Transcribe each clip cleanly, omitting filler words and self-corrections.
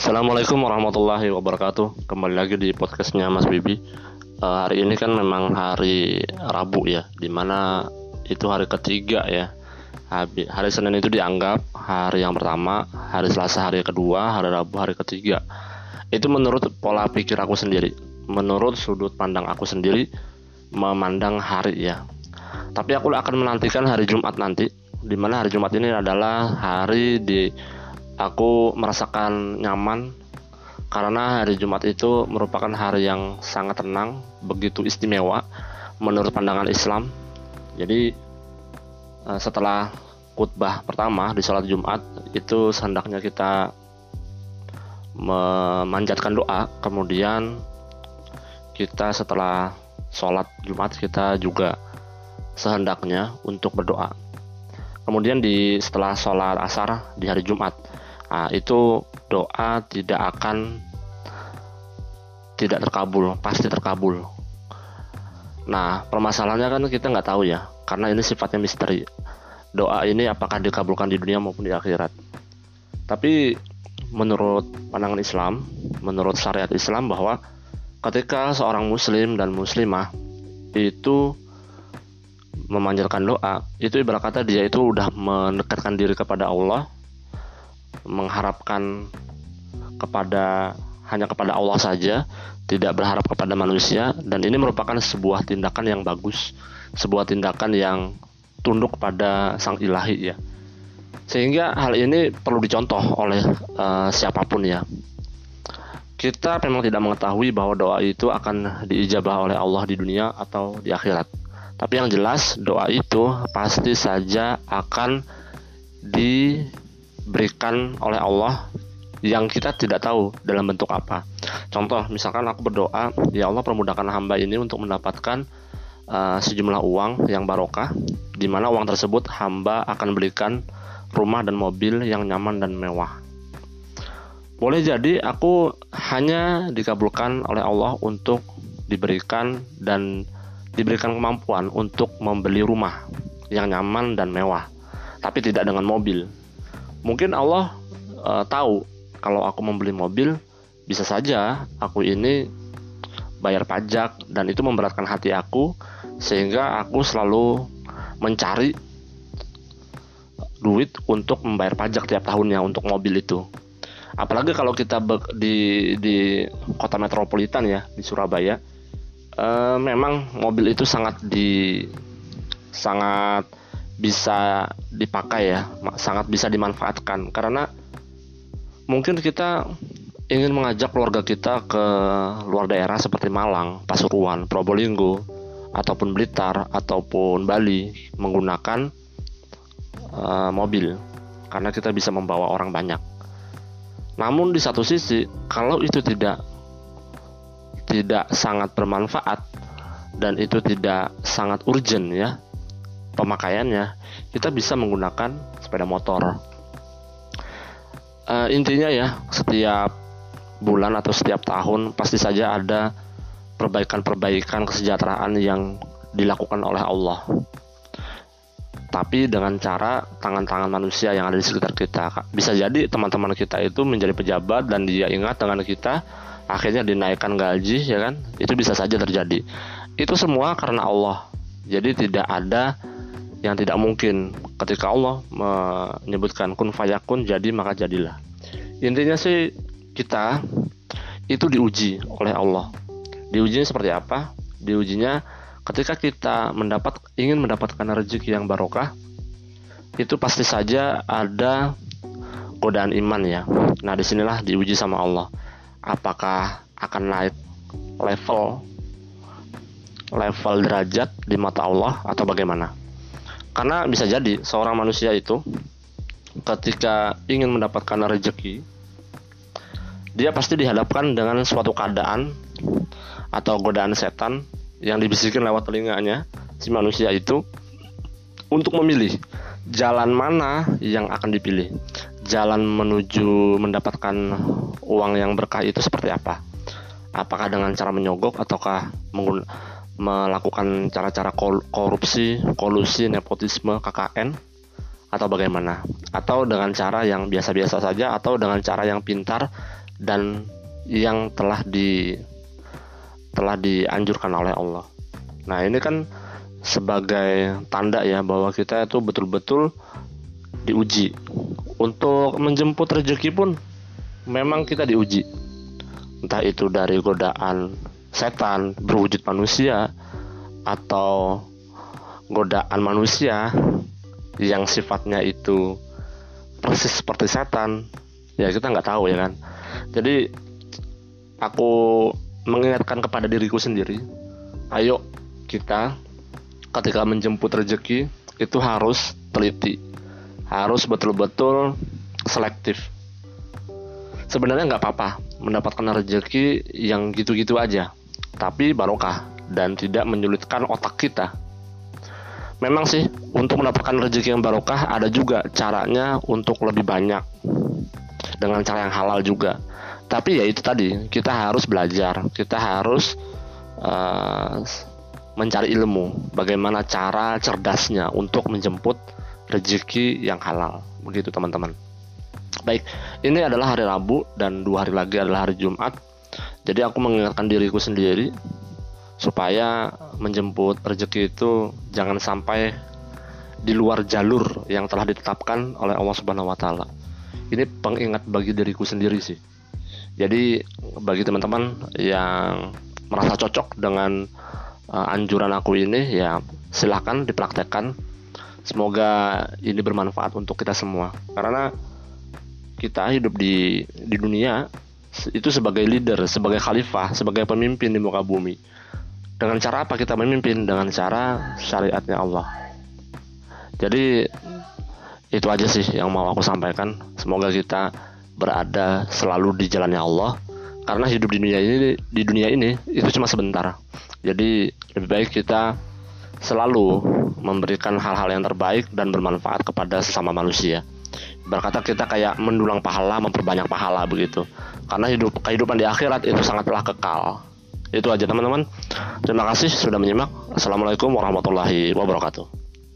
Assalamualaikum warahmatullahi wabarakatuh. Kembali lagi di podcastnya Mas Bibi. Hari ini kan memang hari Rabu ya, dimana itu hari ketiga ya. Hari Senin itu dianggap hari yang pertama, hari Selasa hari kedua, hari Rabu hari ketiga. Itu menurut pola pikir aku sendiri, menurut sudut pandang aku sendiri memandang hari ya. Tapi aku akan menantikan hari Jumat nanti, dimana hari Jumat ini adalah hari aku merasakan nyaman karena hari Jumat itu merupakan hari yang sangat tenang, begitu istimewa menurut pandangan Islam. Jadi setelah khutbah pertama di sholat Jumat itu sehendaknya kita memanjatkan doa. Kemudian kita setelah sholat Jumat kita juga sehendaknya untuk berdoa. Kemudian setelah sholat asar di hari Jumat, itu doa tidak terkabul, pasti terkabul. Nah, permasalahannya kan kita nggak tahu ya, karena ini sifatnya misteri. Doa ini apakah dikabulkan di dunia maupun di akhirat. Tapi menurut pandangan Islam, menurut syariat Islam, bahwa ketika seorang muslim dan muslimah itu memanjatkan doa, itu ibarat kata dia itu udah mendekatkan diri kepada Allah, mengharapkan hanya kepada Allah saja, tidak berharap kepada manusia. Dan ini merupakan sebuah tindakan yang bagus, sebuah tindakan yang tunduk pada Sang Ilahi ya. Sehingga hal ini perlu dicontoh oleh siapapun ya. Kita memang tidak mengetahui bahwa doa itu akan diijabah oleh Allah di dunia atau di akhirat. Tapi yang jelas doa itu pasti saja akan diberikan oleh Allah yang kita tidak tahu dalam bentuk apa. Contoh, misalkan aku berdoa, ya Allah permudahkan hamba ini untuk mendapatkan sejumlah uang yang barokah, di mana uang tersebut hamba akan belikan rumah dan mobil yang nyaman dan mewah. Boleh jadi aku hanya dikabulkan oleh Allah untuk diberikan kemampuan untuk membeli rumah yang nyaman dan mewah, tapi tidak dengan mobil. Mungkin Allah tahu kalau aku membeli mobil, bisa saja aku ini bayar pajak dan itu memberatkan hati aku, sehingga aku selalu mencari duit untuk membayar pajak tiap tahunnya untuk mobil itu. Apalagi kalau kita di kota metropolitan ya, di Surabaya, memang mobil itu sangat bisa dipakai ya, sangat bisa dimanfaatkan. Karena mungkin kita ingin mengajak keluarga kita ke luar daerah seperti Malang, Pasuruan, Probolinggo, ataupun Blitar, ataupun Bali menggunakan mobil, karena kita bisa membawa orang banyak. Namun di satu sisi, kalau itu tidak sangat bermanfaat dan itu tidak sangat urgent ya pemakaiannya, kita bisa menggunakan sepeda motor. Intinya ya, setiap bulan atau setiap tahun pasti saja ada perbaikan kesejahteraan yang dilakukan oleh Allah, tapi dengan cara tangan-tangan manusia yang ada di sekitar kita. Bisa jadi teman-teman kita itu menjadi pejabat dan dia ingat dengan kita, akhirnya dinaikkan gaji ya kan, itu bisa saja terjadi. Itu semua karena Allah. Jadi tidak ada yang tidak mungkin. Ketika Allah menyebutkan kun fayakun, jadi maka jadilah. Intinya sih kita itu diuji oleh Allah. Diujinya seperti apa? Diujinya ketika kita ingin mendapatkan rezeki yang barokah, itu pasti saja ada godaan iman ya. Nah, disinilah diuji sama Allah. Apakah akan naik level derajat di mata Allah atau bagaimana? Karena bisa jadi seorang manusia itu ketika ingin mendapatkan rezeki, dia pasti dihadapkan dengan suatu keadaan atau godaan setan yang dibisikin lewat telinganya si manusia itu untuk memilih jalan mana yang akan dipilih. Jalan menuju mendapatkan uang yang berkah itu seperti apa? Apakah dengan cara menyogok ataukah melakukan cara-cara korupsi, kolusi, nepotisme, KKN, atau bagaimana? Atau dengan cara yang biasa-biasa saja, atau dengan cara yang pintar dan yang telah dianjurkan oleh Allah. Nah, ini kan sebagai tanda ya bahwa kita itu betul-betul diuji. Untuk menjemput rezeki pun memang kita diuji. Entah itu dari godaan setan berwujud manusia atau godaan manusia yang sifatnya itu persis seperti setan. Ya kita nggak tahu ya kan. Jadi aku mengingatkan kepada diriku sendiri, ayo kita ketika menjemput rezeki itu harus teliti, harus betul-betul selektif. Sebenarnya nggak apa-apa mendapatkan rezeki yang gitu-gitu aja, tapi barokah dan tidak menyulitkan otak kita. Memang sih untuk mendapatkan rezeki yang barokah ada juga caranya untuk lebih banyak dengan cara yang halal juga. Tapi ya itu tadi, kita harus belajar, kita harus mencari ilmu bagaimana cara cerdasnya untuk menjemput rezeki yang halal. Begitu teman-teman. Baik, ini adalah hari Rabu dan 2 hari lagi adalah hari Jumat. Jadi aku mengingatkan diriku sendiri supaya menjemput rezeki itu jangan sampai di luar jalur yang telah ditetapkan oleh Allah Subhanahu wa taala. Ini pengingat bagi diriku sendiri sih. Jadi bagi teman-teman yang merasa cocok dengan anjuran aku ini, ya silakan dipraktekkan. Semoga ini bermanfaat untuk kita semua. Karena kita hidup di dunia itu sebagai leader, sebagai khalifah, sebagai pemimpin di muka bumi. Dengan cara apa kita memimpin? Dengan cara syariatnya Allah. Jadi itu aja sih yang mau aku sampaikan. Semoga kita berada selalu di jalannya Allah, karena hidup di dunia ini itu cuma sebentar. Jadi lebih baik kita selalu memberikan hal-hal yang terbaik dan bermanfaat kepada sesama manusia. Berkata kita kayak mendulang pahala, memperbanyak pahala begitu. Karena kehidupan di akhirat itu sangatlah kekal. Itu aja teman-teman. Terima kasih sudah menyimak. Assalamualaikum warahmatullahi wabarakatuh.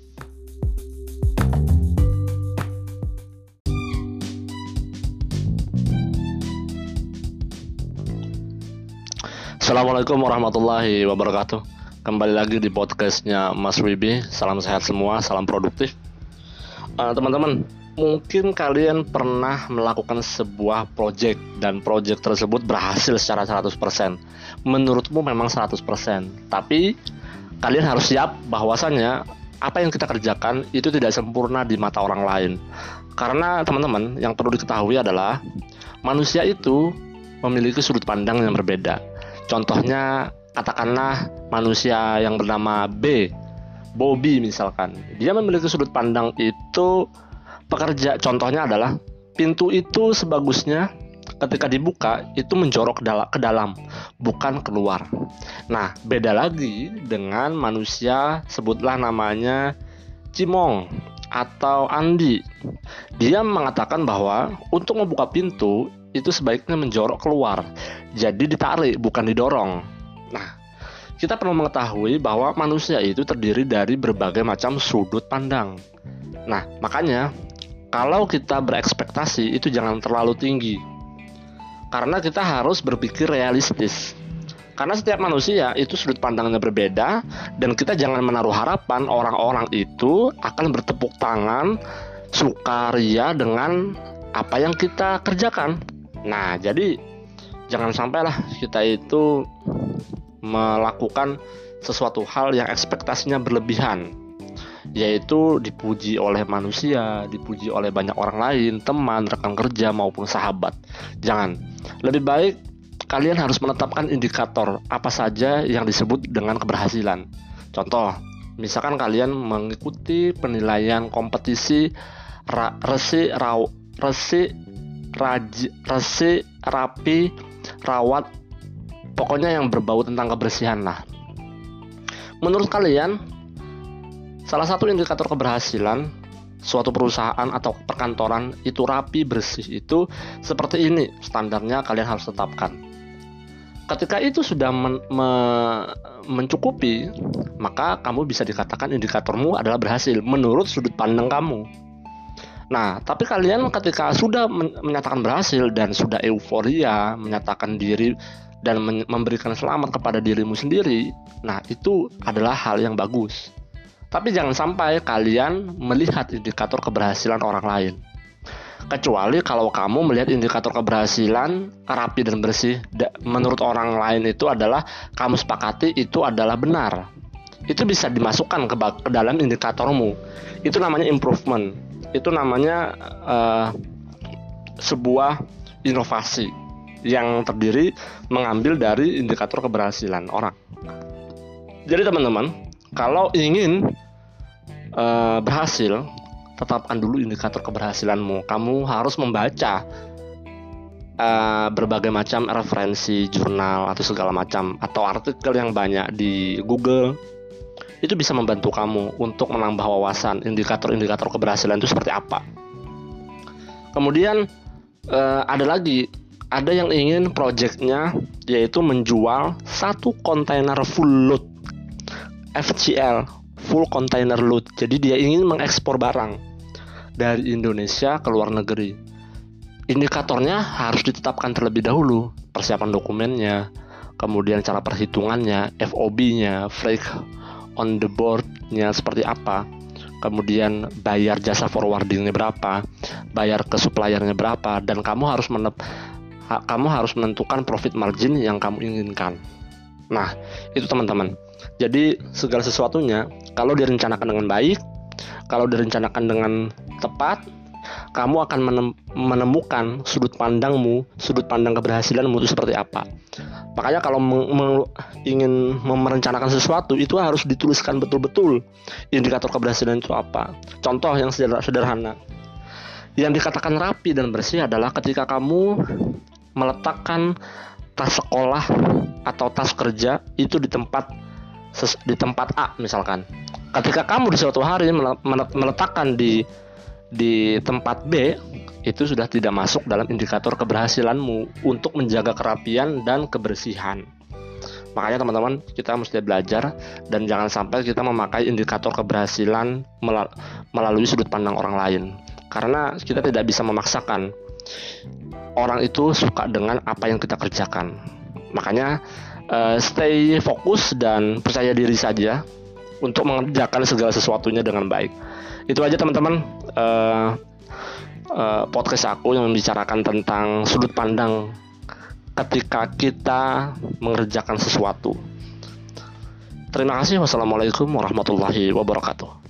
Assalamualaikum warahmatullahi wabarakatuh. Kembali lagi di podcastnya Mas Wibi. Salam sehat semua, salam produktif. Teman-teman, mungkin kalian pernah melakukan sebuah project dan project tersebut berhasil secara 100%. Menurutmu memang 100%, tapi kalian harus siap bahwasannya apa yang kita kerjakan itu tidak sempurna di mata orang lain. Karena teman-teman, yang perlu diketahui adalah manusia itu memiliki sudut pandang yang berbeda. Contohnya katakanlah manusia yang bernama Bobby misalkan. Dia memiliki sudut pandang itu pekerja. Contohnya adalah pintu itu sebagusnya ketika dibuka itu menjorok ke dalam, bukan keluar. Nah, beda lagi dengan manusia, sebutlah namanya Cimong atau Andi. Dia mengatakan bahwa untuk membuka pintu itu sebaiknya menjorok keluar, jadi ditarik bukan didorong. Nah, kita perlu mengetahui bahwa manusia itu terdiri dari berbagai macam sudut pandang. Nah, makanya kalau kita berekspektasi itu jangan terlalu tinggi, karena kita harus berpikir realistis. Karena setiap manusia itu sudut pandangnya berbeda, dan kita jangan menaruh harapan orang-orang itu akan bertepuk tangan sukaria dengan apa yang kita kerjakan. Nah, jadi jangan sampailah kita itu melakukan sesuatu hal yang ekspektasinya berlebihan, yaitu dipuji oleh manusia, dipuji oleh banyak orang lain, teman, rekan kerja maupun sahabat. Jangan. Lebih baik kalian harus menetapkan indikator apa saja yang disebut dengan keberhasilan. Contoh, misalkan kalian mengikuti penilaian kompetisi rapi, rawat, pokoknya yang berbau tentang kebersihan lah. Menurut kalian, salah satu indikator keberhasilan suatu perusahaan atau perkantoran itu rapi, bersih, itu seperti ini standarnya kalian harus tetapkan. Ketika itu sudah mencukupi, maka kamu bisa dikatakan indikatormu adalah berhasil menurut sudut pandang kamu. Nah, tapi kalian ketika sudah menyatakan berhasil dan sudah euforia, menyatakan diri dan memberikan selamat kepada dirimu sendiri, nah itu adalah hal yang bagus. Tapi jangan sampai kalian melihat indikator keberhasilan orang lain. Kecuali kalau kamu melihat indikator keberhasilan rapi dan bersih, menurut orang lain itu adalah kamu sepakati itu adalah benar. Itu bisa dimasukkan ke dalam indikatormu. Itu namanya improvement. Itu namanya sebuah inovasi yang terdiri mengambil dari indikator keberhasilan orang. Jadi teman-teman, kalau ingin berhasil, tetapkan dulu indikator keberhasilanmu. Kamu harus membaca berbagai macam referensi jurnal atau segala macam atau artikel yang banyak di Google. Itu bisa membantu kamu untuk menambah wawasan indikator-indikator keberhasilan itu seperti apa. Kemudian ada yang ingin projectnya yaitu menjual 1 kontainer full load FCL, full container load. Jadi dia ingin mengekspor barang dari Indonesia ke luar negeri. Indikatornya harus ditetapkan terlebih dahulu, persiapan dokumennya, kemudian cara perhitungannya, FOB-nya, freight on the board-nya seperti apa, kemudian bayar jasa forwarding-nya berapa, bayar ke supplier-nya berapa, dan kamu harus menentukan profit margin yang kamu inginkan. Nah, itu teman-teman. Jadi segala sesuatunya kalau direncanakan dengan baik, kalau direncanakan dengan tepat, kamu akan menemukan sudut pandang keberhasilanmu itu seperti apa. Makanya kalau ingin merencanakan sesuatu itu harus dituliskan betul-betul indikator keberhasilan itu apa. Contoh yang sederhana yang dikatakan rapi dan bersih adalah ketika kamu meletakkan tas sekolah atau tas kerja itu di tempat A misalkan. Ketika kamu di suatu hari meletakkan di tempat B, itu sudah tidak masuk dalam indikator keberhasilanmu untuk menjaga kerapian dan kebersihan. Makanya teman-teman, kita mesti belajar dan jangan sampai kita memakai indikator keberhasilan melalui sudut pandang orang lain. Karena kita tidak bisa memaksakan orang itu suka dengan apa yang kita kerjakan. Makanya stay fokus dan percaya diri saja untuk mengerjakan segala sesuatunya dengan baik. Itu aja teman-teman, podcast aku yang membicarakan tentang sudut pandang ketika kita mengerjakan sesuatu. Terima kasih. Wassalamualaikum warahmatullahi wabarakatuh.